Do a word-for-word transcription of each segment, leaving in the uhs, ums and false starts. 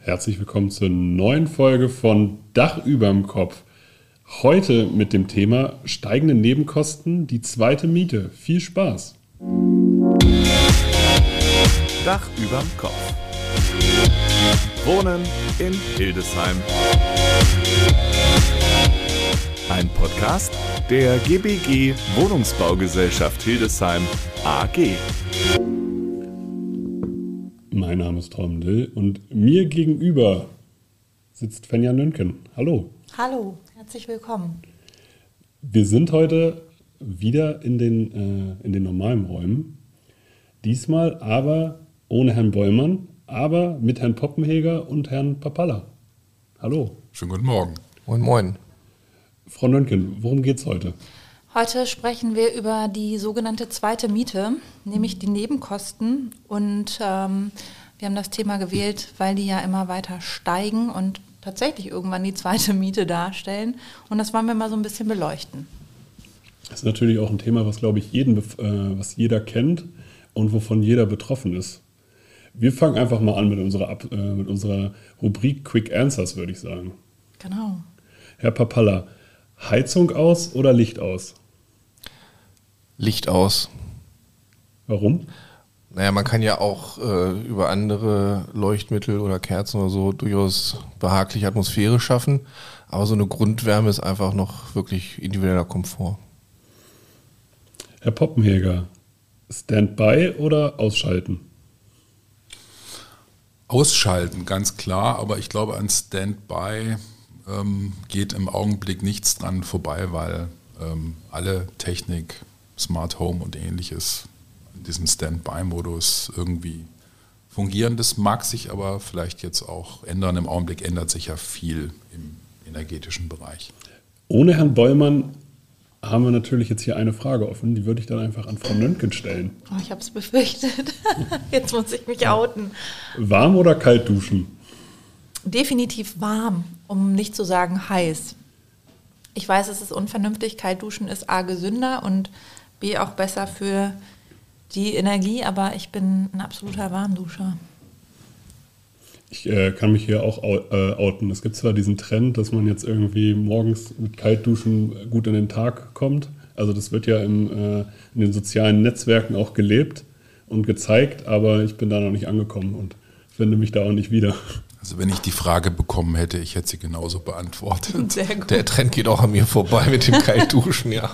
Herzlich willkommen zur neuen Folge von Dach überm Kopf. Heute mit dem Thema steigende Nebenkosten, die zweite Miete. Viel Spaß! Dach überm Kopf. Wohnen in Hildesheim. Ein Podcast der G B G Wohnungsbaugesellschaft Hildesheim A G. Mein Name ist Tom Dill und mir gegenüber sitzt Fenja Nönken. Hallo. Hallo, herzlich willkommen. Wir sind heute wieder in den, äh, in den normalen Räumen. Diesmal aber ohne Herrn Bollmann, aber mit Herrn Poppenheger und Herrn Papalla. Hallo. Schönen guten Morgen. Moin, moin. Frau Nönken, worum geht's heute? Heute sprechen wir über die sogenannte zweite Miete, nämlich die Nebenkosten. Und ähm, wir haben das Thema gewählt, weil die ja immer weiter steigen und tatsächlich irgendwann die zweite Miete darstellen. Und das wollen wir mal so ein bisschen beleuchten. Das ist natürlich auch ein Thema, was, glaube ich, jeden, äh, was jeder kennt und wovon jeder betroffen ist. Wir fangen einfach mal an mit unserer, Ab- äh, mit unserer Rubrik Quick Answers, würde ich sagen. Genau. Herr Papalla, Heizung aus oder Licht aus? Licht aus. Warum? Naja, man kann ja auch äh, über andere Leuchtmittel oder Kerzen oder so durchaus behagliche Atmosphäre schaffen. Aber so eine Grundwärme ist einfach noch wirklich individueller Komfort. Herr Poppenheger, Standby oder ausschalten? Ausschalten, ganz klar, aber ich glaube, an Standby ähm, geht im Augenblick nichts dran vorbei, weil ähm, alle Technik, Smart Home und ähnliches in diesem Standby-Modus irgendwie fungieren. Das mag sich aber vielleicht jetzt auch ändern. Im Augenblick ändert sich ja viel im energetischen Bereich. Ohne Herrn Bollmann haben wir natürlich jetzt hier eine Frage offen, die würde ich dann einfach an Frau Nönken stellen. Oh, ich habe es befürchtet. Jetzt muss ich mich outen. Warm oder kalt duschen? Definitiv warm, um nicht zu sagen heiß. Ich weiß, es ist unvernünftig. Kalt duschen ist A, gesünder und B, auch besser für die Energie, aber ich bin ein absoluter Warmduscher. Ich äh, kann mich hier auch au- äh, outen. Es gibt zwar diesen Trend, dass man jetzt irgendwie morgens mit Kaltduschen gut in den Tag kommt. Also das wird ja im, äh, in den sozialen Netzwerken auch gelebt und gezeigt, aber ich bin da noch nicht angekommen und finde mich da auch nicht wieder. Also wenn ich die Frage bekommen hätte, ich hätte sie genauso beantwortet. Sehr gut. Der Trend geht auch an mir vorbei mit dem Kaltduschen, ja.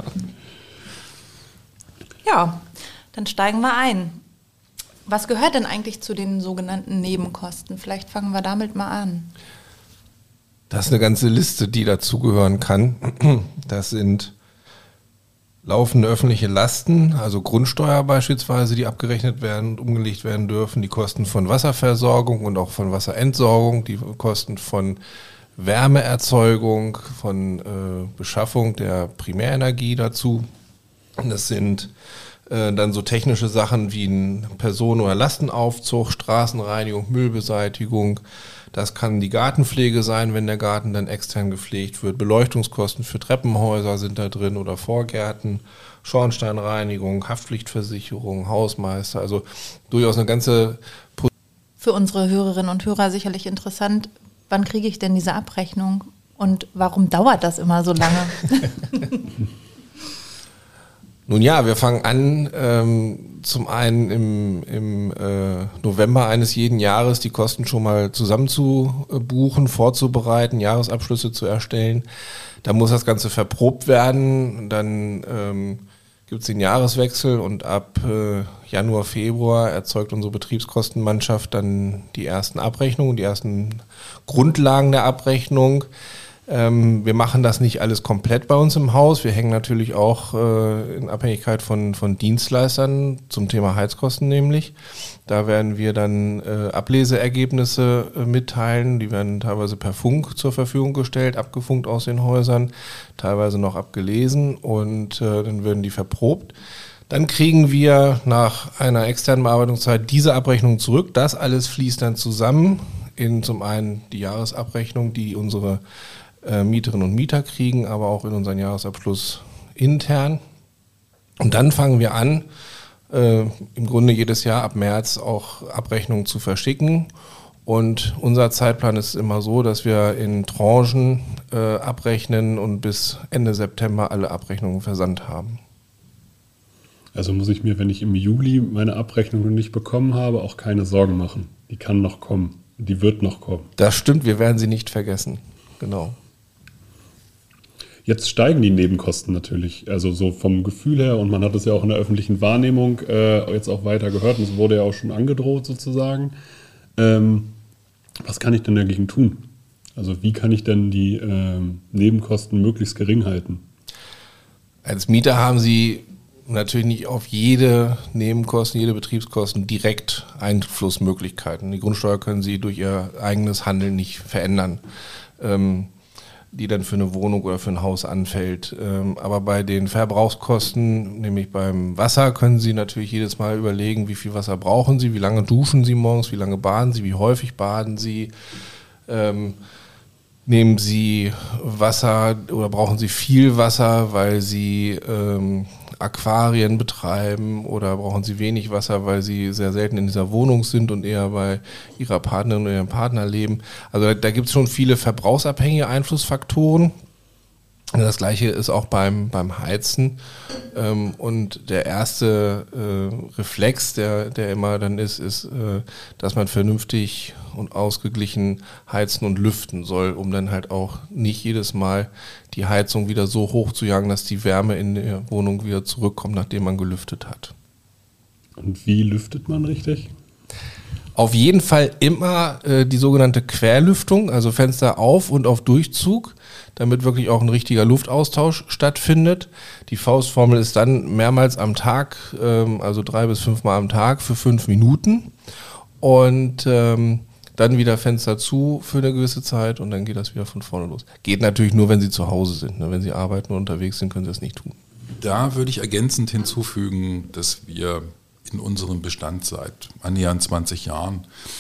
Ja, dann steigen wir ein. Was gehört denn eigentlich zu den sogenannten Nebenkosten? Vielleicht fangen wir damit mal an. Das ist eine ganze Liste, die dazugehören kann. Das sind laufende öffentliche Lasten, also Grundsteuer beispielsweise, die abgerechnet werden und umgelegt werden dürfen, die Kosten von Wasserversorgung und auch von Wasserentsorgung, die Kosten von Wärmeerzeugung, von äh, Beschaffung der Primärenergie dazu. Das sind äh, dann so technische Sachen wie ein Personen- oder Lastenaufzug, Straßenreinigung, Müllbeseitigung. Das kann die Gartenpflege sein, wenn der Garten dann extern gepflegt wird. Beleuchtungskosten für Treppenhäuser sind da drin oder Vorgärten, Schornsteinreinigung, Haftpflichtversicherung, Hausmeister. Also durchaus eine ganze... Für unsere Hörerinnen und Hörer sicherlich interessant, wann kriege ich denn diese Abrechnung und warum dauert das immer so lange? Nun ja, wir fangen an, ähm, zum einen im, im äh, November eines jeden Jahres die Kosten schon mal zusammenzubuchen, vorzubereiten, Jahresabschlüsse zu erstellen. Da muss das Ganze verprobt werden, dann ähm, gibt es den Jahreswechsel und ab äh, Januar, Februar erzeugt unsere Betriebskostenmannschaft dann die ersten Abrechnungen, die ersten Grundlagen der Abrechnung. Ähm, wir machen das nicht alles komplett bei uns im Haus. Wir hängen natürlich auch äh, in Abhängigkeit von, von Dienstleistern zum Thema Heizkosten nämlich. Da werden wir dann äh, Ableseergebnisse äh, mitteilen. Die werden teilweise per Funk zur Verfügung gestellt, abgefunkt aus den Häusern, teilweise noch abgelesen und äh, dann werden die verprobt. Dann kriegen wir nach einer externen Bearbeitungszeit diese Abrechnung zurück. Das alles fließt dann zusammen in zum einen die Jahresabrechnung, die unsere äh, Mieterinnen und Mieter kriegen, aber auch in unseren Jahresabschluss intern. Und dann fangen wir an, äh, im Grunde jedes Jahr ab März auch Abrechnungen zu verschicken Und unser Zeitplan ist immer so, dass wir in Tranchen äh, abrechnen und bis Ende September alle Abrechnungen versandt haben. Also muss ich mir, wenn ich im Juli meine Abrechnung noch nicht bekommen habe, auch keine Sorgen machen. Die kann noch kommen. Die wird noch kommen. Das stimmt, wir werden sie nicht vergessen. Genau. Jetzt steigen die Nebenkosten natürlich, also so vom Gefühl her, und man hat es ja auch in der öffentlichen Wahrnehmung äh, jetzt auch weiter gehört, und es wurde ja auch schon angedroht sozusagen. Ähm, was kann ich denn dagegen tun? Also wie kann ich denn die ähm, Nebenkosten möglichst gering halten? Als Mieter haben Sie natürlich nicht auf jede Nebenkosten, jede Betriebskosten direkt Einflussmöglichkeiten. Die Grundsteuer können Sie durch Ihr eigenes Handeln nicht verändern, ähm, die dann für eine Wohnung oder für ein Haus anfällt. Ähm, aber bei den Verbrauchskosten, nämlich beim Wasser, können Sie natürlich jedes Mal überlegen, wie viel Wasser brauchen Sie, wie lange duschen Sie morgens, wie lange baden Sie, wie häufig baden Sie. Ähm, Nehmen Sie Wasser oder brauchen Sie viel Wasser, weil Sie ähm, Aquarien betreiben, oder brauchen Sie wenig Wasser, weil Sie sehr selten in dieser Wohnung sind und eher bei Ihrer Partnerin oder Ihrem Partner leben? Also da, da gibt es schon viele verbrauchsabhängige Einflussfaktoren. Das Gleiche ist auch beim, beim Heizen. Ähm, und der erste äh, Reflex, der, der immer dann ist, ist, äh, dass man vernünftig und ausgeglichen heizen und lüften soll, um dann halt auch nicht jedes Mal die Heizung wieder so hoch zu jagen, dass die Wärme in der Wohnung wieder zurückkommt, nachdem man gelüftet hat. Und wie lüftet man richtig? Auf jeden Fall immer äh, die sogenannte Querlüftung, also Fenster auf und auf Durchzug, damit wirklich auch ein richtiger Luftaustausch stattfindet. Die Faustformel ist dann mehrmals am Tag, ähm, also drei bis fünfmal am Tag für fünf Minuten. Und ähm, dann wieder Fenster zu für eine gewisse Zeit und dann geht das wieder von vorne los. Geht natürlich nur, wenn Sie zu Hause sind. Ne? Wenn Sie arbeiten und unterwegs sind, können Sie das nicht tun. Da würde ich ergänzend hinzufügen, dass wir in unserem Bestand seit annähernd zwanzig Jahren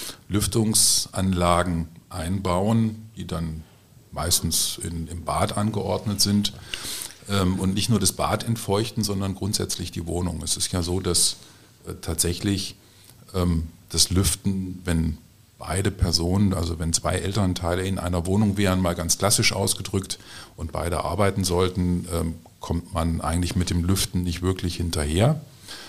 Lüftungsanlagen einbauen, die dann meistens in, im Bad angeordnet sind ähm, und nicht nur das Bad entfeuchten, sondern grundsätzlich die Wohnung. Es ist ja so, dass äh, tatsächlich ähm, das Lüften, wenn beide Personen, also wenn zwei Elternteile in einer Wohnung wären, mal ganz klassisch ausgedrückt, und beide arbeiten sollten, ähm, kommt man eigentlich mit dem Lüften nicht wirklich hinterher.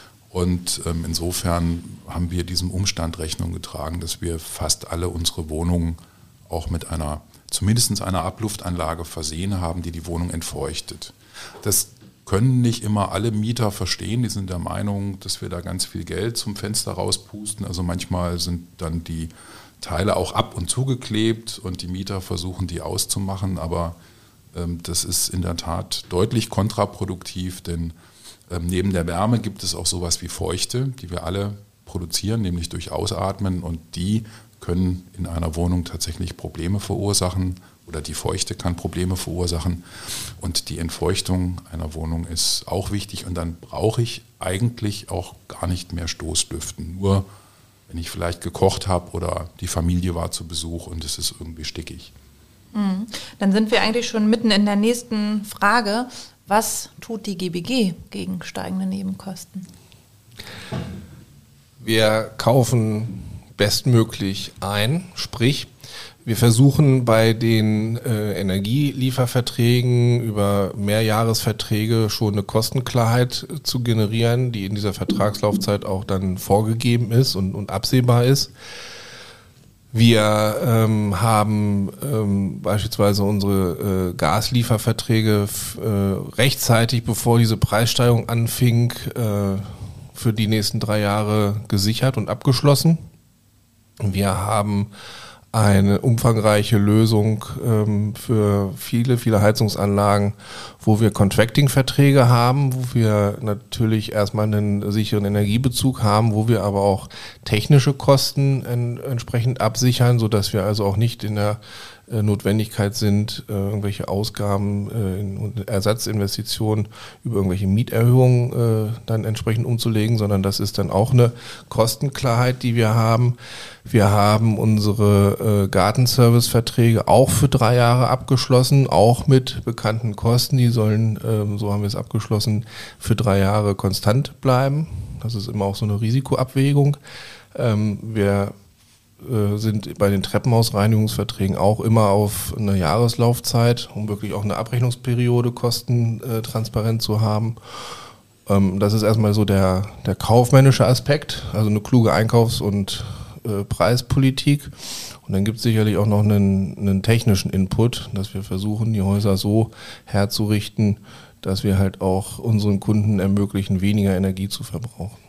Und ähm, insofern haben wir diesem Umstand Rechnung getragen, dass wir fast alle unsere Wohnungen auch mit einer, zumindest einer Abluftanlage versehen haben, die die Wohnung entfeuchtet. Das können nicht immer alle Mieter verstehen, die sind der Meinung, dass wir da ganz viel Geld zum Fenster rauspusten. Also manchmal sind dann die Teile auch ab- und zugeklebt und die Mieter versuchen, die auszumachen, aber ähm, das ist in der Tat deutlich kontraproduktiv, denn ähm, neben der Wärme gibt es auch sowas wie Feuchte, die wir alle produzieren, nämlich durch Ausatmen, und die können in einer Wohnung tatsächlich Probleme verursachen, oder die Feuchte kann Probleme verursachen, und die Entfeuchtung einer Wohnung ist auch wichtig, und dann brauche ich eigentlich auch gar nicht mehr Stoßlüften, nur wenn ich vielleicht gekocht habe oder die Familie war zu Besuch und es ist irgendwie stickig. Mhm. Dann sind wir eigentlich schon mitten in der nächsten Frage. Was tut die G B G gegen steigende Nebenkosten? Wir kaufen bestmöglich ein, sprich, wir versuchen bei den äh, Energielieferverträgen über Mehrjahresverträge schon eine Kostenklarheit äh, zu generieren, die in dieser Vertragslaufzeit auch dann vorgegeben ist und, und absehbar ist. Wir ähm, haben ähm, beispielsweise unsere äh, Gaslieferverträge f- äh, rechtzeitig, bevor diese Preissteigerung anfing, äh, für die nächsten drei Jahre gesichert und abgeschlossen. Wir haben eine umfangreiche Lösung ähm, für viele, viele Heizungsanlagen, wo wir Contracting-Verträge haben, wo wir natürlich erstmal einen sicheren Energiebezug haben, wo wir aber auch technische Kosten en- entsprechend absichern, sodass wir also auch nicht in der äh, Notwendigkeit sind, äh, irgendwelche Ausgaben äh, in, und Ersatzinvestitionen über irgendwelche Mieterhöhungen äh, dann entsprechend umzulegen, sondern das ist dann auch eine Kostenklarheit, die wir haben. Wir haben unsere äh, Gartenservice-Verträge auch für drei Jahre abgeschlossen, auch mit bekannten Kosten. Die sollen, ähm, so haben wir es abgeschlossen, für drei Jahre konstant bleiben. Das ist immer auch so eine Risikoabwägung. Ähm, wir äh, sind bei den Treppenhausreinigungsverträgen auch immer auf eine Jahreslaufzeit, um wirklich auch eine Abrechnungsperiode kostentransparent zu haben. Ähm, das ist erstmal so der, der kaufmännische Aspekt, also eine kluge Einkaufs- und äh, Preispolitik. Und dann gibt es sicherlich auch noch einen, einen technischen Input, dass wir versuchen, die Häuser so herzurichten, dass wir halt auch unseren Kunden ermöglichen, weniger Energie zu verbrauchen.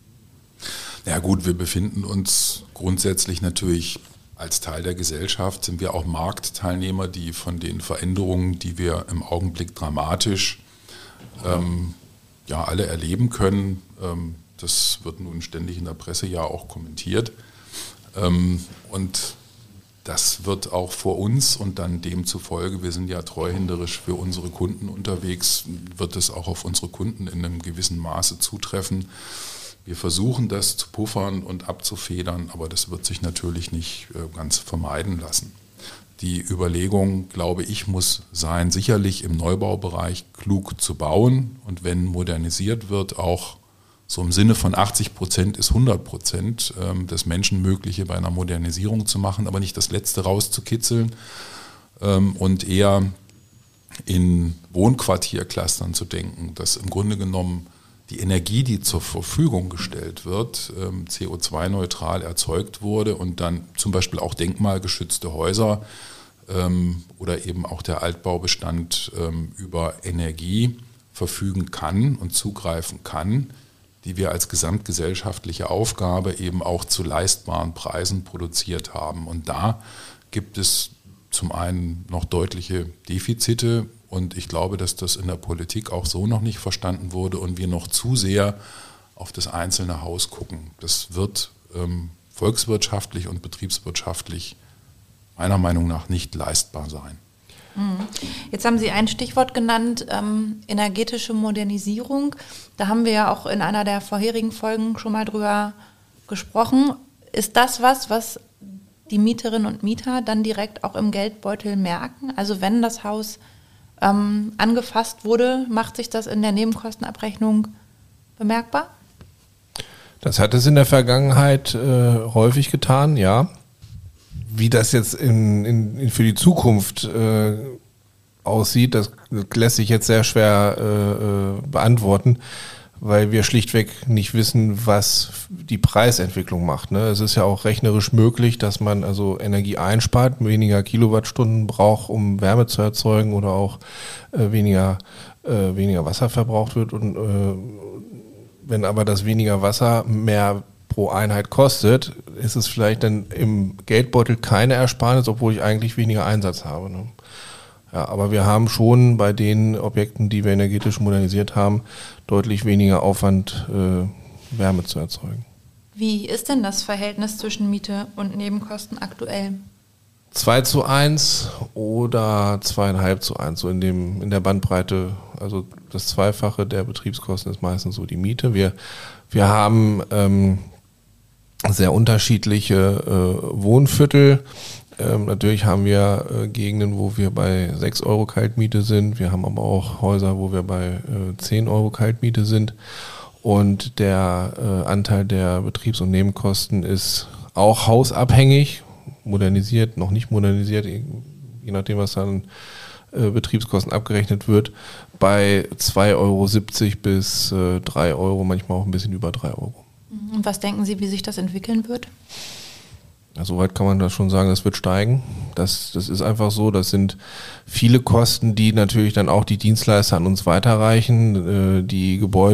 Ja gut, wir befinden uns grundsätzlich natürlich als Teil der Gesellschaft, sind wir auch Marktteilnehmer, die von den Veränderungen, die wir im Augenblick dramatisch ähm, ja, alle erleben können, ähm, das wird nun ständig in der Presse ja auch kommentiert. Ähm, und das wird auch vor uns und dann demzufolge, wir sind ja treuhänderisch für unsere Kunden unterwegs, wird es auch auf unsere Kunden in einem gewissen Maße zutreffen. Wir versuchen das zu puffern und abzufedern, aber das wird sich natürlich nicht ganz vermeiden lassen. Die Überlegung, glaube ich, muss sein, sicherlich im Neubaubereich klug zu bauen und wenn modernisiert wird, auch so im Sinne von achtzig Prozent ist hundert Prozent des Menschenmögliche bei einer Modernisierung zu machen, aber nicht das Letzte rauszukitzeln und eher in Wohnquartierclustern zu denken, dass im Grunde genommen die Energie, die zur Verfügung gestellt wird, C O zwei neutral erzeugt wurde und dann zum Beispiel auch denkmalgeschützte Häuser oder eben auch der Altbaubestand über Energie verfügen kann und zugreifen kann, die wir als gesamtgesellschaftliche Aufgabe eben auch zu leistbaren Preisen produziert haben. Und da gibt es zum einen noch deutliche Defizite und ich glaube, dass das in der Politik auch so noch nicht verstanden wurde und wir noch zu sehr auf das einzelne Haus gucken. Das wird ähm, volkswirtschaftlich und betriebswirtschaftlich meiner Meinung nach nicht leistbar sein. Jetzt haben Sie ein Stichwort genannt, ähm, energetische Modernisierung. Da haben wir ja auch in einer der vorherigen Folgen schon mal drüber gesprochen. Ist das was, was die Mieterinnen und Mieter dann direkt auch im Geldbeutel merken? Also wenn das Haus ähm, angefasst wurde, macht sich das in der Nebenkostenabrechnung bemerkbar? Das hat es in der Vergangenheit äh, häufig getan, ja. Wie das jetzt in, in, in für die Zukunft äh, aussieht, das lässt sich jetzt sehr schwer äh, beantworten, weil wir schlichtweg nicht wissen, was die Preisentwicklung macht. Ne? Es ist ja auch rechnerisch möglich, dass man also Energie einspart, weniger Kilowattstunden braucht, um Wärme zu erzeugen oder auch äh, weniger, äh, weniger Wasser verbraucht wird. Und äh, wenn aber das weniger Wasser mehr pro Einheit kostet, ist es vielleicht dann im Geldbeutel keine Ersparnis, obwohl ich eigentlich weniger Einsatz habe. Ne? Ja, aber wir haben schon bei den Objekten, die wir energetisch modernisiert haben, deutlich weniger Aufwand, äh, Wärme zu erzeugen. Wie ist denn das Verhältnis zwischen Miete und Nebenkosten aktuell? zwei zu eins oder zwei Komma fünf zu eins, so in, dem, in der Bandbreite. Also das Zweifache der Betriebskosten ist meistens so die Miete. Wir, wir haben ähm, sehr unterschiedliche äh, Wohnviertel. Ähm, natürlich haben wir äh, Gegenden, wo wir bei sechs Euro Kaltmiete sind. Wir haben aber auch Häuser, wo wir bei äh, zehn Euro Kaltmiete sind. Und der äh, Anteil der Betriebs- und Nebenkosten ist auch hausabhängig, modernisiert, noch nicht modernisiert, je nachdem, was dann äh, Betriebskosten abgerechnet wird, bei zwei Euro siebzig bis äh, drei Euro, manchmal auch ein bisschen über drei Euro. Und was denken Sie, wie sich das entwickeln wird? Ja, soweit kann man das schon sagen, das wird steigen. Das, das ist einfach so, das sind viele Kosten, die natürlich dann auch die Dienstleister an uns weiterreichen. Äh, die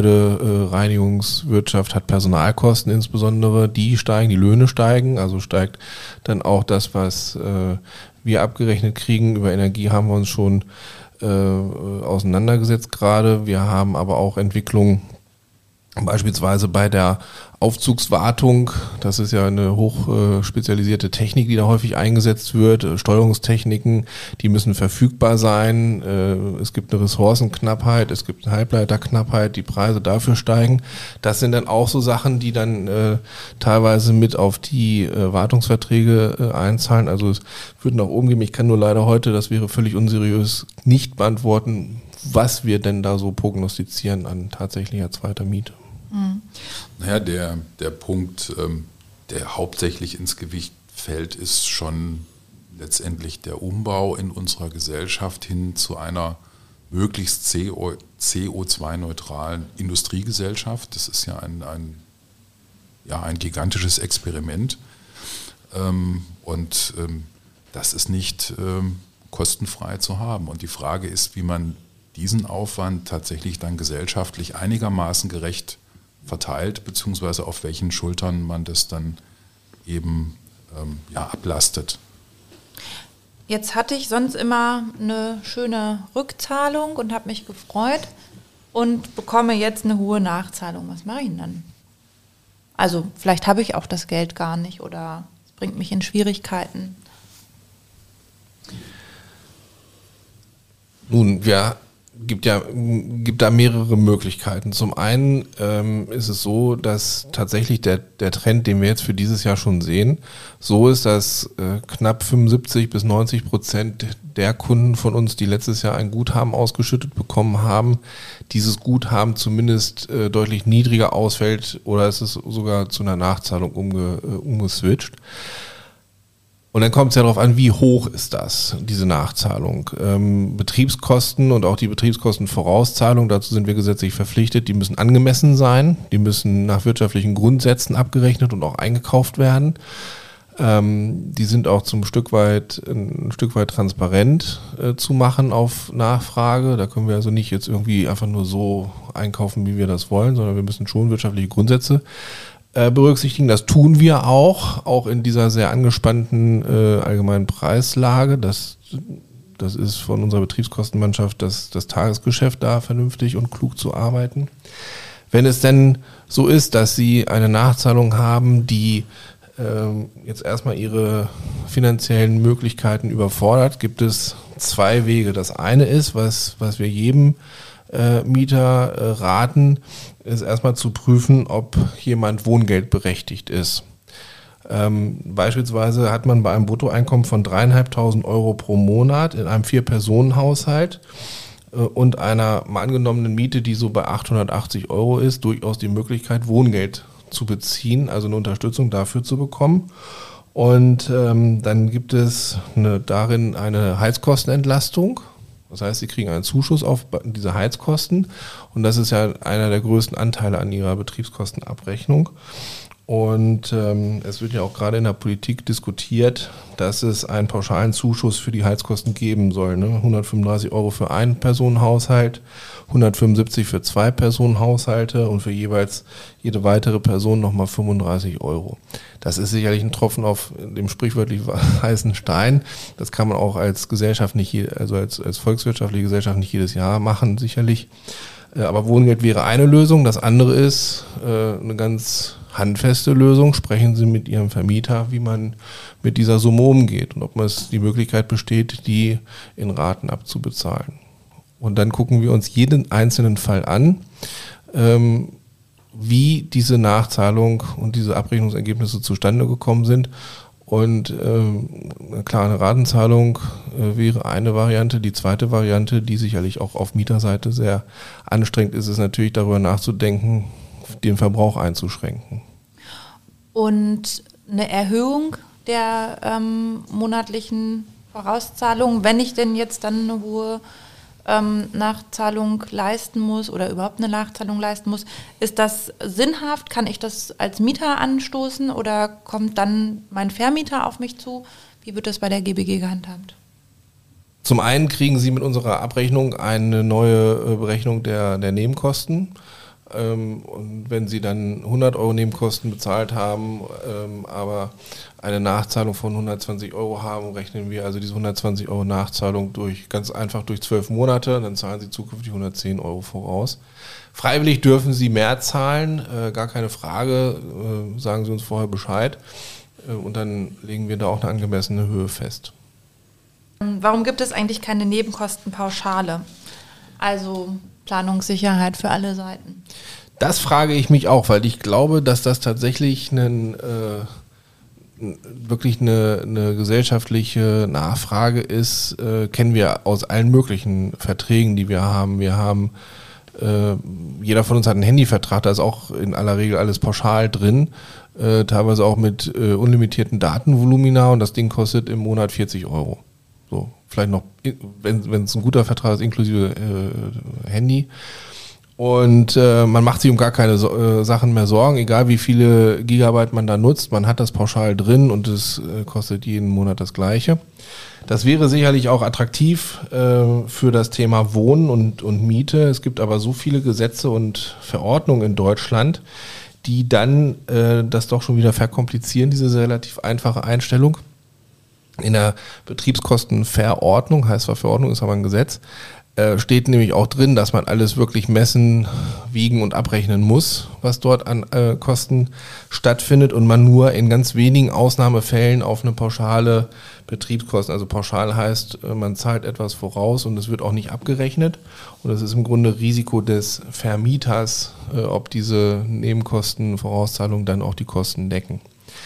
Gebäudereinigungswirtschaft hat Personalkosten insbesondere, die steigen, die Löhne steigen, also steigt dann auch das, was äh, wir abgerechnet kriegen. Über Energie haben wir uns schon äh, auseinandergesetzt gerade. Wir haben aber auch Entwicklungen, beispielsweise bei der Aufzugswartung, das ist ja eine hoch äh, spezialisierte Technik, die da häufig eingesetzt wird, äh, Steuerungstechniken, die müssen verfügbar sein, äh, es gibt eine Ressourcenknappheit, es gibt eine Halbleiterknappheit, die Preise dafür steigen. Das sind dann auch so Sachen, die dann äh, teilweise mit auf die äh, Wartungsverträge äh, einzahlen, also es wird nach oben gehen. Ich kann nur leider heute, das wäre völlig unseriös, nicht beantworten, was wir denn da so prognostizieren an tatsächlicher zweiter Miete. Mhm. Naja, der, der Punkt, ähm, der hauptsächlich ins Gewicht Feld ist schon letztendlich der Umbau in unserer Gesellschaft hin zu einer möglichst C O zwei neutralen Industriegesellschaft. Das ist ja ein, ein, ja, ein gigantisches Experiment. Ähm, und ähm, das ist nicht ähm, kostenfrei zu haben. Und die Frage ist, wie man diesen Aufwand tatsächlich dann gesellschaftlich einigermaßen gerecht verteilt, beziehungsweise auf welchen Schultern man das dann eben ähm, ja, ablastet. Jetzt hatte ich sonst immer eine schöne Rückzahlung und habe mich gefreut und bekomme jetzt eine hohe Nachzahlung. Was mache ich denn dann? Also vielleicht habe ich auch das Geld gar nicht oder es bringt mich in Schwierigkeiten. Nun, ja, gibt ja gibt da mehrere Möglichkeiten. Zum einen ähm, ist es so, dass tatsächlich der, der Trend, den wir jetzt für dieses Jahr schon sehen, so ist, dass äh, knapp fünfundsiebzig bis neunzig Prozent der Kunden von uns, die letztes Jahr ein Guthaben ausgeschüttet bekommen haben, dieses Guthaben zumindest äh, deutlich niedriger ausfällt oder es ist sogar zu einer Nachzahlung umge, äh, umgeswitcht. Und dann kommt es ja darauf an, wie hoch ist das, diese Nachzahlung. Ähm, Betriebskosten und auch die Betriebskostenvorauszahlung, dazu sind wir gesetzlich verpflichtet, die müssen angemessen sein, die müssen nach wirtschaftlichen Grundsätzen abgerechnet und auch eingekauft werden. Ähm, die sind auch zum Stück weit, ein Stück weit transparent äh, zu machen auf Nachfrage. Da können wir also nicht jetzt irgendwie einfach nur so einkaufen, wie wir das wollen, sondern wir müssen schon wirtschaftliche Grundsätze berücksichtigen. Das tun wir auch, auch in dieser sehr angespannten äh, allgemeinen Preislage. Das, das ist von unserer Betriebskostenmannschaft das, das Tagesgeschäft, da vernünftig und klug zu arbeiten. Wenn es denn so ist, dass Sie eine Nachzahlung haben, die äh, jetzt erstmal Ihre finanziellen Möglichkeiten überfordert, gibt es zwei Wege. Das eine ist, was, was wir jedem äh, Mieter äh, raten, ist erstmal zu prüfen, ob jemand wohngeldberechtigt ist. Ähm, beispielsweise hat man bei einem Bruttoeinkommen von dreieinhalbtausend Euro pro Monat in einem Vier-Personen-Haushalt äh, und einer mal angenommenen Miete, die so bei achthundertachtzig Euro ist, durchaus die Möglichkeit, Wohngeld zu beziehen, also eine Unterstützung dafür zu bekommen. Und ähm, dann gibt es eine, darin eine Heizkostenentlastung. Das heißt, Sie kriegen einen Zuschuss auf diese Heizkosten und das ist ja einer der größten Anteile an Ihrer Betriebskostenabrechnung. Und ähm, es wird ja auch gerade in der Politik diskutiert, dass es einen pauschalen Zuschuss für die Heizkosten geben soll. Ne? hundertfünfunddreißig Euro für einen Personenhaushalt, hundertfünfundsiebzig für zwei Personenhaushalte und für jeweils jede weitere Person nochmal fünfunddreißig Euro. Das ist sicherlich ein Tropfen auf dem sprichwörtlich heißen Stein. Das kann man auch als Gesellschaft nicht, also als, als volkswirtschaftliche Gesellschaft nicht jedes Jahr machen, sicherlich. Aber Wohngeld wäre eine Lösung. Das andere ist äh, eine ganz handfeste Lösung. Sprechen Sie mit Ihrem Vermieter, wie man mit dieser Summe umgeht und ob es die Möglichkeit besteht, die in Raten abzubezahlen. Und dann gucken wir uns jeden einzelnen Fall an, ähm, wie diese Nachzahlung und diese Abrechnungsergebnisse zustande gekommen sind. Und ähm, klar, eine Ratenzahlung äh, wäre eine Variante. Die zweite Variante, die sicherlich auch auf Mieterseite sehr anstrengend ist, ist natürlich darüber nachzudenken, den Verbrauch einzuschränken. Und eine Erhöhung der ähm, monatlichen Vorauszahlung, wenn ich denn jetzt dann eine hohe ähm, Nachzahlung leisten muss oder überhaupt eine Nachzahlung leisten muss, ist das sinnhaft? Kann ich das als Mieter anstoßen oder kommt dann mein Vermieter auf mich zu? Wie wird das bei der G B G gehandhabt? Zum einen kriegen Sie mit unserer Abrechnung eine neue Berechnung der, der Nebenkosten. Und wenn Sie dann hundert Euro Nebenkosten bezahlt haben, aber eine Nachzahlung von hundertzwanzig Euro haben, rechnen wir also diese hundertzwanzig Euro Nachzahlung durch ganz einfach durch zwölf Monate, dann zahlen Sie zukünftig hundertzehn Euro voraus. Freiwillig dürfen Sie mehr zahlen, gar keine Frage, sagen Sie uns vorher Bescheid und dann legen wir da auch eine angemessene Höhe fest. Warum gibt es eigentlich keine Nebenkostenpauschale? Also Planungssicherheit für alle Seiten. Das frage ich mich auch, weil ich glaube, dass das tatsächlich einen, äh, wirklich eine, eine gesellschaftliche Nachfrage ist, äh, kennen wir aus allen möglichen Verträgen, die wir haben. Wir haben, äh, jeder von uns hat einen Handyvertrag, da ist auch in aller Regel alles pauschal drin. äh, teilweise auch mit äh, unlimitierten Datenvolumina und das Ding kostet im Monat vierzig Euro. So, vielleicht noch, wenn wenn es ein guter Vertrag ist, inklusive äh, Handy. Und äh, man macht sich um gar keine so äh, Sachen mehr Sorgen, egal wie viele Gigabyte man da nutzt. Man hat das pauschal drin und es äh, kostet jeden Monat das Gleiche. Das wäre sicherlich auch attraktiv äh, für das Thema Wohnen und, und Miete. Es gibt aber so viele Gesetze und Verordnungen in Deutschland, die dann äh, das doch schon wieder verkomplizieren, diese relativ einfache Einstellung. In der Betriebskostenverordnung, heißt zwar Verordnung, ist aber ein Gesetz, steht nämlich auch drin, dass man alles wirklich messen, wiegen und abrechnen muss, was dort an äh, Kosten stattfindet und man nur in ganz wenigen Ausnahmefällen auf eine pauschale Betriebskosten, also pauschal heißt, äh, man zahlt etwas voraus und es wird auch nicht abgerechnet und das ist im Grunde Risiko des Vermieters, äh, ob diese Nebenkostenvorauszahlungen dann auch die Kosten decken.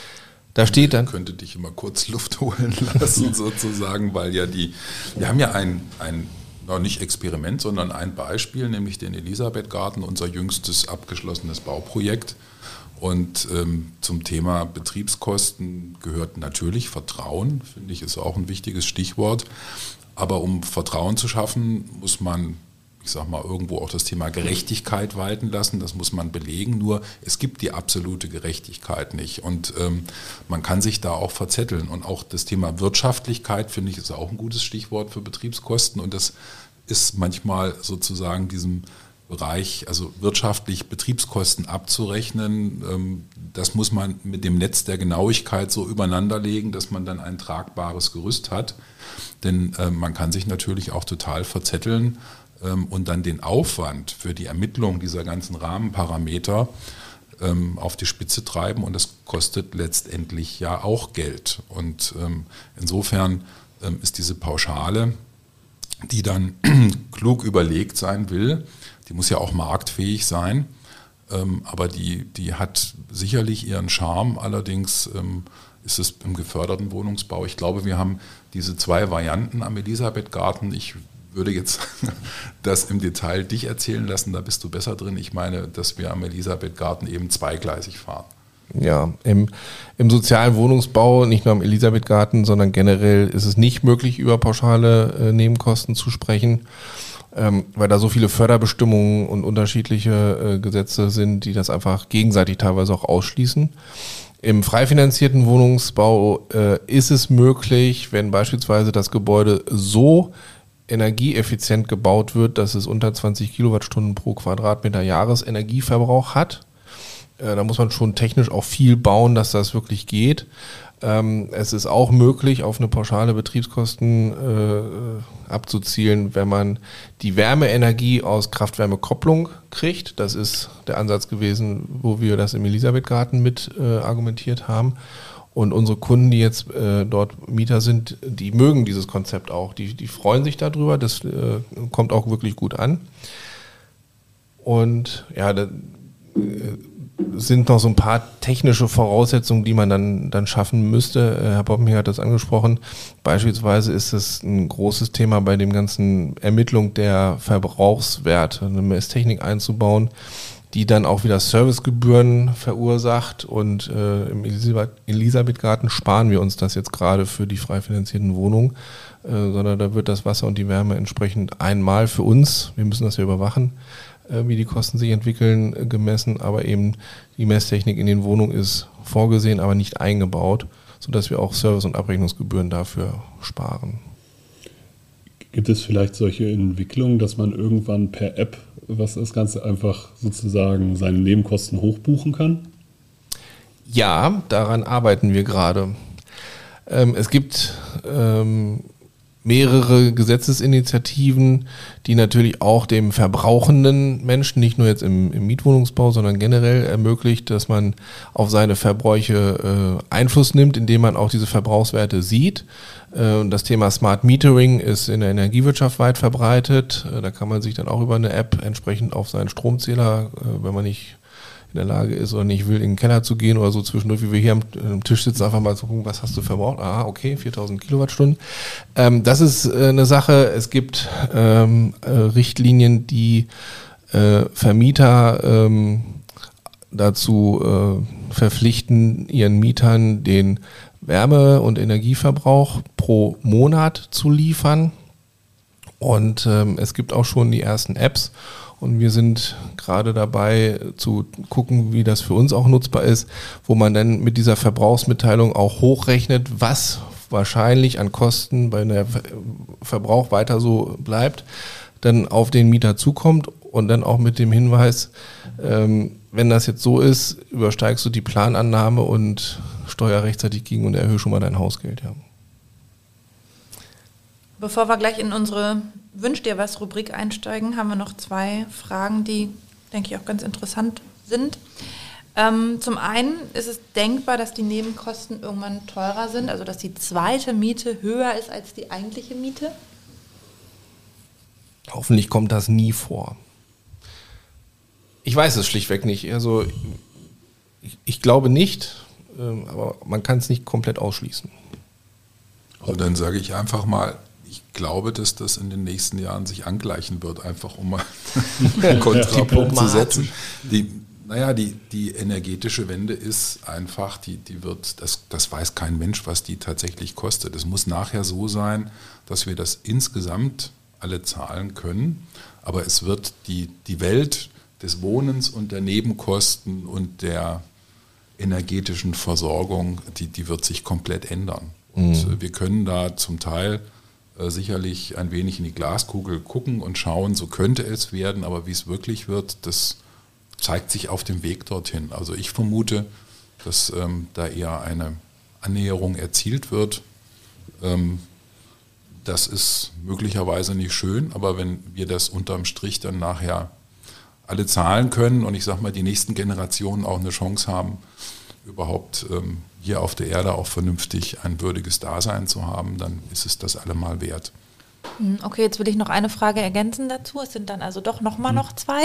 Da steht dann. Ich könnte dich immer kurz Luft holen lassen sozusagen, weil ja die, wir haben ja ein, ein nicht Experiment, sondern ein Beispiel, nämlich den Elisabethgarten, unser jüngstes abgeschlossenes Bauprojekt. Und ähm, zum Thema Betriebskosten gehört natürlich Vertrauen, finde ich, ist auch ein wichtiges Stichwort. Aber um Vertrauen zu schaffen, muss man, ich sage mal, irgendwo auch das Thema Gerechtigkeit walten lassen. Das muss man belegen. Nur es gibt die absolute Gerechtigkeit nicht. Und ähm, man kann sich da auch verzetteln. Und auch das Thema Wirtschaftlichkeit, finde ich, ist auch ein gutes Stichwort für Betriebskosten. Und das ist manchmal sozusagen diesem Bereich, also wirtschaftlich Betriebskosten abzurechnen, ähm, das muss man mit dem Netz der Genauigkeit so übereinander legen, dass man dann ein tragbares Gerüst hat. Denn äh, man kann sich natürlich auch total verzetteln ähm, und dann den Aufwand für die Ermittlung dieser ganzen Rahmenparameter ähm, auf die Spitze treiben und das kostet letztendlich ja auch Geld. Und ähm, insofern ähm, ist diese Pauschale, die dann klug überlegt sein will, die muss ja auch marktfähig sein, ähm, aber die, die hat sicherlich ihren Charme, allerdings ähm, ist es im geförderten Wohnungsbau. Ich glaube, wir haben diese zwei Varianten am Elisabethgarten. Ich würde jetzt das im Detail dich erzählen lassen, da bist du besser drin. Ich meine, dass wir am Elisabethgarten eben zweigleisig fahren. Ja, im, im sozialen Wohnungsbau, nicht nur am Elisabethgarten, sondern generell ist es nicht möglich, über pauschale äh, Nebenkosten zu sprechen, ähm, weil da so viele Förderbestimmungen und unterschiedliche äh, Gesetze sind, die das einfach gegenseitig teilweise auch ausschließen. Im frei finanzierten Wohnungsbau äh, ist es möglich, wenn beispielsweise das Gebäude so energieeffizient gebaut wird, dass es unter zwanzig Kilowattstunden pro Quadratmeter Jahresenergieverbrauch hat. Da muss man schon technisch auch viel bauen, dass das wirklich geht. Es ist auch möglich, auf eine pauschale Betriebskosten äh, abzuzielen, wenn man die Wärmeenergie aus Kraft-Wärme-Kopplung kriegt. Das ist der Ansatz gewesen, wo wir das im Elisabethgarten mit äh, argumentiert haben. Und unsere Kunden, die jetzt äh, dort Mieter sind, die mögen dieses Konzept auch. Die, die freuen sich darüber. Das äh, kommt auch wirklich gut an. Und ja, da, äh, sind noch so ein paar technische Voraussetzungen, die man dann, dann schaffen müsste. Herr Poppenhier hat das angesprochen. Beispielsweise ist es ein großes Thema bei dem ganzen Ermittlung der Verbrauchswerte, eine Messtechnik einzubauen, die dann auch wieder Servicegebühren verursacht. Und äh, im Elisabethgarten sparen wir uns das jetzt gerade für die frei finanzierten Wohnungen, äh, sondern da wird das Wasser und die Wärme entsprechend einmal für uns, wir müssen das ja überwachen, wie die Kosten sich entwickeln, gemessen, aber eben die Messtechnik in den Wohnungen ist vorgesehen, aber nicht eingebaut, sodass wir auch Service- und Abrechnungsgebühren dafür sparen. Gibt es vielleicht solche Entwicklungen, dass man irgendwann per App, was das Ganze einfach sozusagen seine Nebenkosten hochbuchen kann? Ja, daran arbeiten wir gerade. Ähm, es gibt ähm, mehrere Gesetzesinitiativen, die natürlich auch dem verbrauchenden Menschen, nicht nur jetzt im, im Mietwohnungsbau, sondern generell ermöglicht, dass man auf seine Verbräuche äh, Einfluss nimmt, indem man auch diese Verbrauchswerte sieht. Äh, das Thema Smart Metering ist in der Energiewirtschaft weit verbreitet. Äh, da kann man sich dann auch über eine App entsprechend auf seinen Stromzähler, äh, wenn man nicht in der Lage ist oder nicht will, in den Keller zu gehen oder so zwischendurch, wie wir hier am, am Tisch sitzen, einfach mal zu gucken, was hast du verbraucht? Ah, okay, viertausend Kilowattstunden. Ähm, das ist äh, eine Sache. Es gibt ähm, äh, Richtlinien, die äh, Vermieter ähm, dazu äh, verpflichten, ihren Mietern den Wärme- und Energieverbrauch pro Monat zu liefern. Und ähm, es gibt auch schon die ersten Apps und wir sind gerade dabei zu gucken, wie das für uns auch nutzbar ist, wo man dann mit dieser Verbrauchsmitteilung auch hochrechnet, was wahrscheinlich an Kosten, weil der Verbrauch weiter so bleibt, dann auf den Mieter zukommt und dann auch mit dem Hinweis, ähm, wenn das jetzt so ist, übersteigst du die Planannahme und steuer rechtzeitig gegen und erhöhe schon mal dein Hausgeld. Ja. Bevor wir gleich in unsere Wünsch dir was Rubrik einsteigen, haben wir noch zwei Fragen, die, denke ich, auch ganz interessant sind. Ähm, zum einen ist es denkbar, dass die Nebenkosten irgendwann teurer sind, also dass die zweite Miete höher ist als die eigentliche Miete? Hoffentlich kommt das nie vor. Ich weiß es schlichtweg nicht. Also ich, ich glaube nicht, ähm, aber man kann es nicht komplett ausschließen. Also dann sage ich einfach mal, ich glaube, dass das in den nächsten Jahren sich angleichen wird, einfach um mal einen Kontrapunkt zu setzen. Die, naja, die, die energetische Wende ist einfach, die, die wird, das, das weiß kein Mensch, was die tatsächlich kostet. Es muss nachher so sein, dass wir das insgesamt alle zahlen können, aber es wird die, die Welt des Wohnens und der Nebenkosten und der energetischen Versorgung, die, die wird sich komplett ändern. Und mhm. wir können da zum Teil äh, sicherlich ein wenig in die Glaskugel gucken und schauen, so könnte es werden, aber wie es wirklich wird, das zeigt sich auf dem Weg dorthin. Also ich vermute, dass ähm, da eher eine Annäherung erzielt wird. Ähm, das ist möglicherweise nicht schön, aber wenn wir das unterm Strich dann nachher alle zahlen können und ich sage mal, die nächsten Generationen auch eine Chance haben, überhaupt ähm, hier auf der Erde auch vernünftig ein würdiges Dasein zu haben, dann ist es das allemal wert. Okay, jetzt will ich noch eine Frage ergänzen dazu. Es sind dann also doch nochmal noch zwei.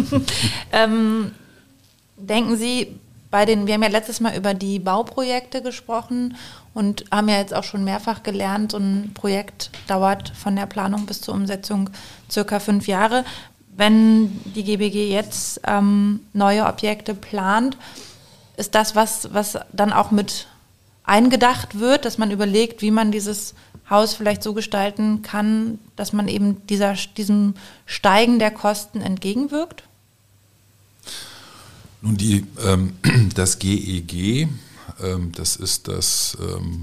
ähm, denken Sie, bei den, wir haben ja letztes Mal über die Bauprojekte gesprochen und haben ja jetzt auch schon mehrfach gelernt, so ein Projekt dauert von der Planung bis zur Umsetzung circa fünf Jahre. Wenn die G B G jetzt ähm, neue Objekte plant, ist das was, was dann auch mit eingedacht wird, dass man überlegt, wie man dieses Haus vielleicht so gestalten kann, dass man eben dieser, diesem Steigen der Kosten entgegenwirkt? Nun, die, ähm, das G E G, ähm, das ist das ähm,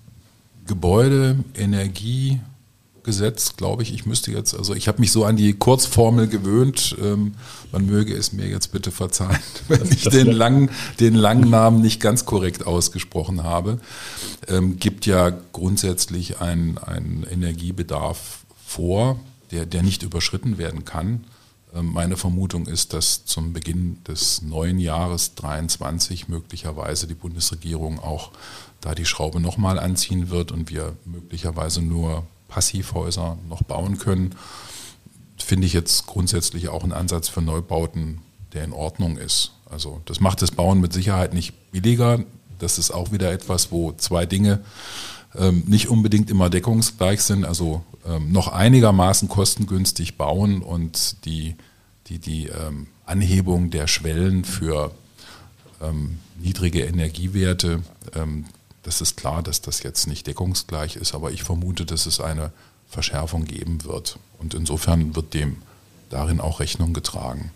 Gebäudeenergiegesetz, glaube ich. Ich müsste jetzt, also ich habe mich so an die Kurzformel gewöhnt. Ähm, man möge es mir jetzt bitte verzeihen, wenn das, ich das den, langen, den langen Namen nicht ganz korrekt ausgesprochen habe. Ähm, gibt ja grundsätzlich einen, einen Energiebedarf vor, der, der nicht überschritten werden kann. Meine Vermutung ist, dass zum Beginn des neuen Jahres dreiundzwanzig möglicherweise die Bundesregierung auch da die Schraube nochmal anziehen wird und wir möglicherweise nur Passivhäuser noch bauen können. Finde ich jetzt grundsätzlich auch einen Ansatz für Neubauten, der in Ordnung ist. Also das macht das Bauen mit Sicherheit nicht billiger. Das ist auch wieder etwas, wo zwei Dinge ähm, nicht unbedingt immer deckungsgleich sind. Also ähm, noch einigermaßen kostengünstig bauen und die, die, die ähm, Anhebung der Schwellen für ähm, niedrige Energiewerte, ähm, das ist klar, dass das jetzt nicht deckungsgleich ist, aber ich vermute, dass es eine Verschärfung geben wird. Und insofern wird dem darin auch Rechnung getragen.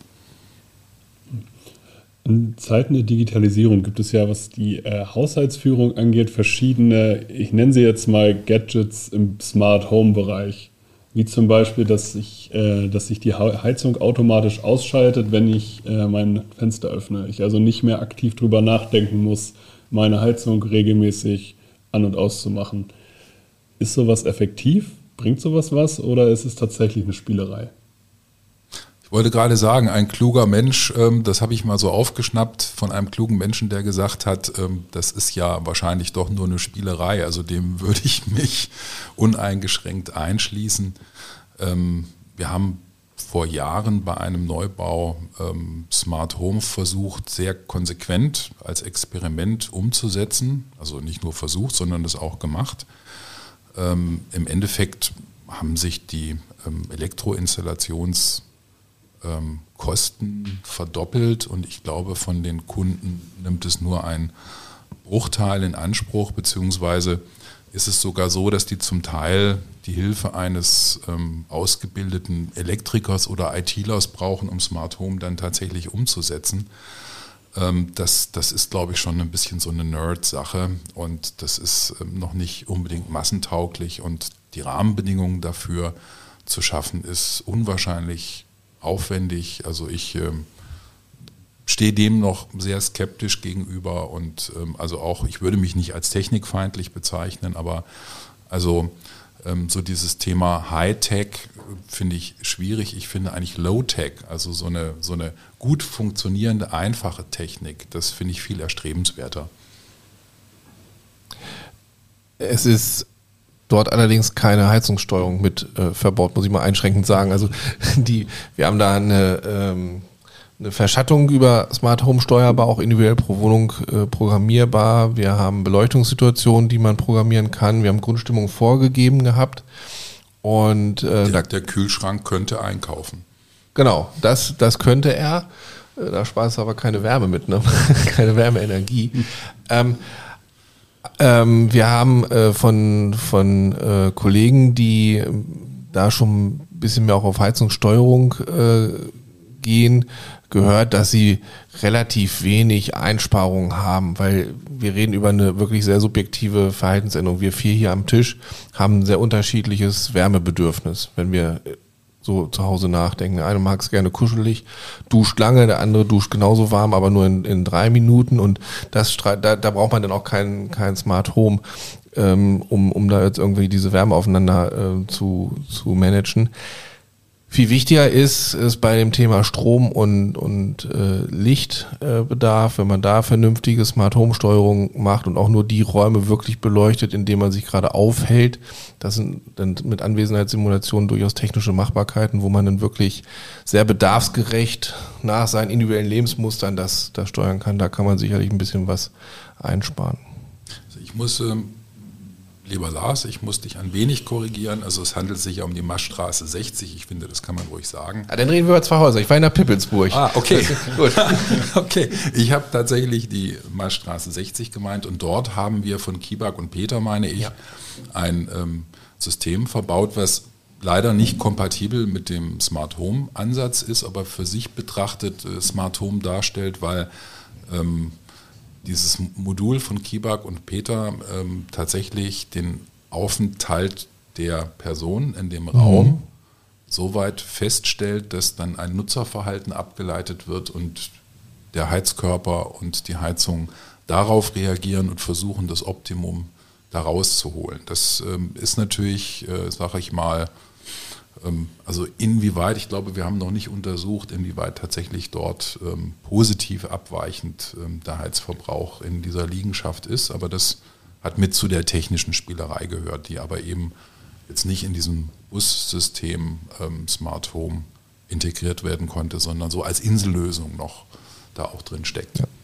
In Zeiten der Digitalisierung gibt es ja, was die äh, Haushaltsführung angeht, verschiedene, ich nenne sie jetzt mal Gadgets im Smart Home Bereich. Wie zum Beispiel, dass ich, äh, dass sich die Heizung automatisch ausschaltet, wenn ich äh, mein Fenster öffne. Ich also nicht mehr aktiv drüber nachdenken muss, meine Heizung regelmäßig an- und auszumachen. Ist sowas effektiv? Bringt sowas was oder ist es tatsächlich eine Spielerei? Ich wollte gerade sagen, ein kluger Mensch, ähm, das habe ich mal so aufgeschnappt von einem klugen Menschen, der gesagt hat, ähm, das ist ja wahrscheinlich doch nur eine Spielerei. Also dem würde ich mich uneingeschränkt einschließen. Ähm, wir haben vor Jahren bei einem Neubau ähm, Smart Home versucht, sehr konsequent als Experiment umzusetzen. Also nicht nur versucht, sondern das auch gemacht. Ähm, im Endeffekt haben sich die ähm, Elektroinstallations ähm, Kosten verdoppelt und ich glaube, von den Kunden nimmt es nur ein Bruchteil in Anspruch, beziehungsweise ist es sogar so, dass die zum Teil die Hilfe eines ähm, ausgebildeten Elektrikers oder ITlers brauchen, um Smart Home dann tatsächlich umzusetzen. Ähm, das, das ist, glaube ich, schon ein bisschen so eine Nerd-Sache und das ist ähm, noch nicht unbedingt massentauglich und die Rahmenbedingungen dafür zu schaffen, ist unwahrscheinlich aufwendig. Also ich ähm, stehe dem noch sehr skeptisch gegenüber und ähm, also auch, ich würde mich nicht als technikfeindlich bezeichnen, aber also ähm, so dieses Thema Hightech finde ich schwierig. Ich finde eigentlich Low-Tech, also so eine, so eine gut funktionierende, einfache Technik, das finde ich viel erstrebenswerter. Es ist dort allerdings keine Heizungssteuerung mit äh, verbaut, muss ich mal einschränkend sagen. Also die, wir haben da eine, ähm, eine Verschattung über Smart Home steuerbar, auch individuell pro Wohnung äh, programmierbar. Wir haben Beleuchtungssituationen, die man programmieren kann. Wir haben Grundstimmung vorgegeben gehabt. Und äh, der, da, der Kühlschrank könnte einkaufen. Genau, das, das könnte er. Äh, da spart es aber keine Wärme mit, ne? Keine Wärmeenergie. Mhm. Ähm, Ähm, wir haben äh, von, von äh, Kollegen, die äh, da schon ein bisschen mehr auch auf Heizungssteuerung äh, gehen, gehört, dass sie relativ wenig Einsparungen haben, weil wir reden über eine wirklich sehr subjektive Verhaltensänderung. Wir vier hier am Tisch haben ein sehr unterschiedliches Wärmebedürfnis, wenn wir so zu Hause nachdenken. Der eine mag es gerne kuschelig, duscht lange, der andere duscht genauso warm, aber nur in, in drei Minuten und das da, da braucht man dann auch kein, kein Smart Home, ähm, um, um da jetzt irgendwie diese Wärme aufeinander äh, zu, zu managen. Viel wichtiger ist es bei dem Thema Strom und, und äh, Lichtbedarf, äh, wenn man da vernünftige Smart Home Steuerung macht und auch nur die Räume wirklich beleuchtet, in denen man sich gerade aufhält. Das sind dann mit Anwesenheitssimulationen durchaus technische Machbarkeiten, wo man dann wirklich sehr bedarfsgerecht nach seinen individuellen Lebensmustern das, das steuern kann. Da kann man sicherlich ein bisschen was einsparen. Also ich muss... Ähm Lieber Lars, ich muss dich ein wenig korrigieren. Also es handelt sich ja um die Maststraße sechzig. Ich finde, das kann man ruhig sagen. Ja, dann reden wir über zwei Häuser. Ich war in der Pippelsburg. Ah, okay. Gut. Okay. Ich habe tatsächlich die Maststraße sechzig gemeint und dort haben wir von Kibak und Peter, meine ich, ja. ein ähm, System verbaut, was leider nicht kompatibel mit dem Smart Home Ansatz ist, aber für sich betrachtet äh, Smart Home darstellt, weil ähm, dieses Modul von Kibak und Peter ähm, tatsächlich den Aufenthalt der Person in dem Raum mhm. so weit feststellt, dass dann ein Nutzerverhalten abgeleitet wird und der Heizkörper und die Heizung darauf reagieren und versuchen, das Optimum daraus zu holen. Das ähm, ist natürlich, äh, sage ich mal, also inwieweit, ich glaube, wir haben noch nicht untersucht, inwieweit tatsächlich dort ähm, positiv abweichend ähm, der Heizverbrauch in dieser Liegenschaft ist, aber das hat mit zu der technischen Spielerei gehört, die aber eben jetzt nicht in diesem Bussystem ähm, Smart Home integriert werden konnte, sondern so als Insellösung noch da auch drin steckt. Ja.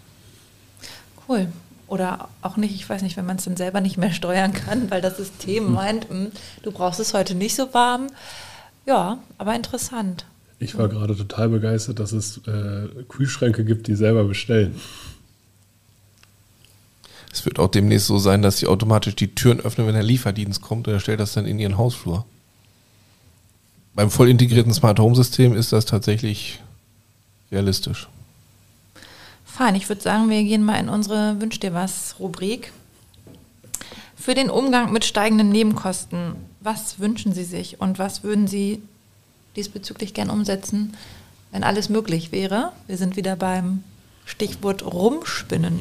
Cool. Oder auch nicht, ich weiß nicht, wenn man es dann selber nicht mehr steuern kann, weil das System meint, mh, du brauchst es heute nicht so warm. Ja, aber interessant. Ich war gerade total begeistert, dass es äh, Kühlschränke gibt, die selber bestellen. Es wird auch demnächst so sein, dass sie automatisch die Türen öffnen, wenn der Lieferdienst kommt und er stellt das dann in ihren Hausflur. Beim voll integrierten Smart Home System ist das tatsächlich realistisch. Fein, ich würde sagen, wir gehen mal in unsere Wünsch dir was Rubrik. Für den Umgang mit steigenden Nebenkosten, was wünschen Sie sich und was würden Sie diesbezüglich gern umsetzen, wenn alles möglich wäre? Wir sind wieder beim Stichwort Rumspinnen.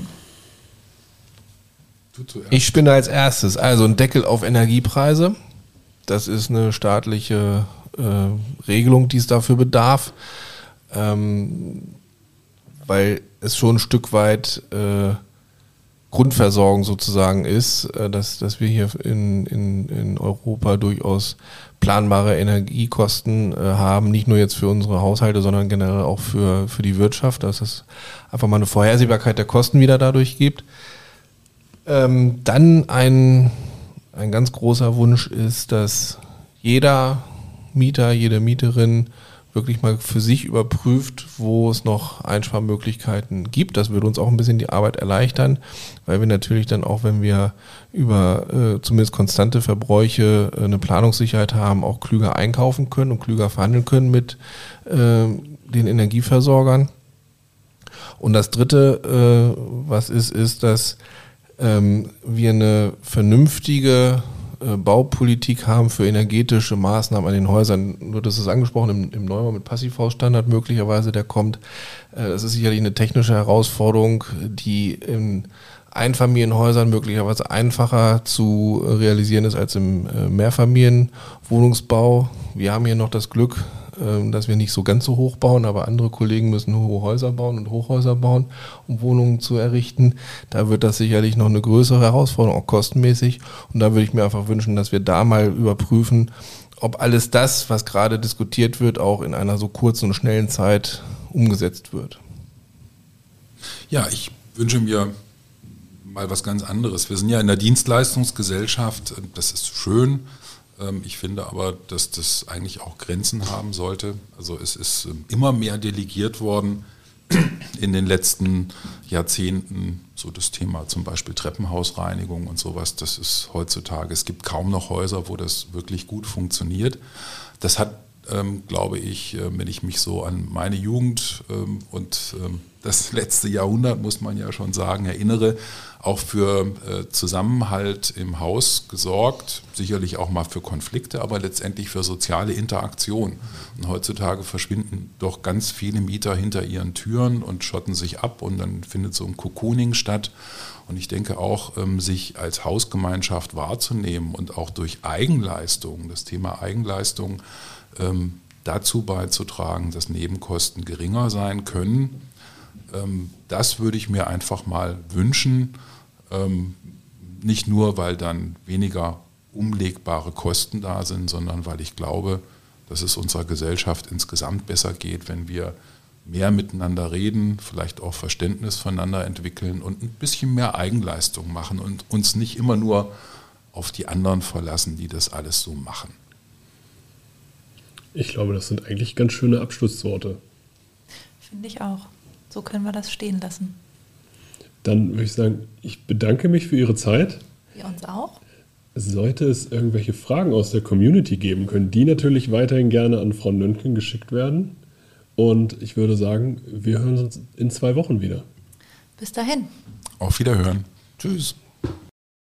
Ich spinne als erstes. Also ein Deckel auf Energiepreise. Das ist eine staatliche äh, Regelung, die es dafür bedarf, ähm, weil es schon ein Stück weit äh, Grundversorgung sozusagen ist, äh, dass, dass wir hier in, in, in Europa durchaus planbare Energiekosten äh, haben, nicht nur jetzt für unsere Haushalte, sondern generell auch für, für die Wirtschaft, dass es einfach mal eine Vorhersehbarkeit der Kosten wieder dadurch gibt. Ähm, dann ein, ein ganz großer Wunsch ist, dass jeder Mieter, jede Mieterin wirklich mal für sich überprüft, wo es noch Einsparmöglichkeiten gibt. Das würde uns auch ein bisschen die Arbeit erleichtern, weil wir natürlich dann auch, wenn wir über äh, zumindest konstante Verbräuche äh, eine Planungssicherheit haben, auch klüger einkaufen können und klüger verhandeln können mit äh, den Energieversorgern. Und das Dritte, äh, was ist, ist, dass ähm, wir eine vernünftige Baupolitik haben für energetische Maßnahmen an den Häusern. Nur das ist angesprochen im, im Neubau mit Passivhausstandard möglicherweise, der kommt. Das ist sicherlich eine technische Herausforderung, die in Einfamilienhäusern möglicherweise einfacher zu realisieren ist als im Mehrfamilienwohnungsbau. Wir haben hier noch das Glück, dass wir nicht so ganz so hoch bauen, aber andere Kollegen müssen hohe Häuser bauen und Hochhäuser bauen, um Wohnungen zu errichten. Da wird das sicherlich noch eine größere Herausforderung, auch kostenmäßig. Und da würde ich mir einfach wünschen, dass wir da mal überprüfen, ob alles das, was gerade diskutiert wird, auch in einer so kurzen und schnellen Zeit umgesetzt wird. Ja, ich wünsche mir mal was ganz anderes. Wir sind ja in der Dienstleistungsgesellschaft, das ist schön. Ich finde aber, dass das eigentlich auch Grenzen haben sollte. Also es ist immer mehr delegiert worden in den letzten Jahrzehnten. So das Thema zum Beispiel Treppenhausreinigung und sowas, das ist heutzutage, es gibt kaum noch Häuser, wo das wirklich gut funktioniert. Das hat, ähm, glaube ich, wenn ich mich so an meine Jugend ähm, und ähm, das letzte Jahrhundert, muss man ja schon sagen, erinnere, auch für äh, Zusammenhalt im Haus gesorgt, sicherlich auch mal für Konflikte, aber letztendlich für soziale Interaktion. Und heutzutage verschwinden doch ganz viele Mieter hinter ihren Türen und schotten sich ab und dann findet so ein Cocooning statt. Und ich denke auch, ähm, sich als Hausgemeinschaft wahrzunehmen und auch durch Eigenleistung, das Thema Eigenleistung, ähm, dazu beizutragen, dass Nebenkosten geringer sein können. Das würde ich mir einfach mal wünschen, nicht nur, weil dann weniger umlegbare Kosten da sind, sondern weil ich glaube, dass es unserer Gesellschaft insgesamt besser geht, wenn wir mehr miteinander reden, vielleicht auch Verständnis voneinander entwickeln und ein bisschen mehr Eigenleistung machen und uns nicht immer nur auf die anderen verlassen, die das alles so machen. Ich glaube, das sind eigentlich ganz schöne Abschlussworte. Finde ich auch. So können wir das stehen lassen. Dann würde ich sagen, ich bedanke mich für Ihre Zeit. Wir uns auch. Sollte es irgendwelche Fragen aus der Community geben, können die natürlich weiterhin gerne an Frau Nöntgen geschickt werden. Und ich würde sagen, wir hören uns in zwei Wochen wieder. Bis dahin. Auf Wiederhören. Tschüss.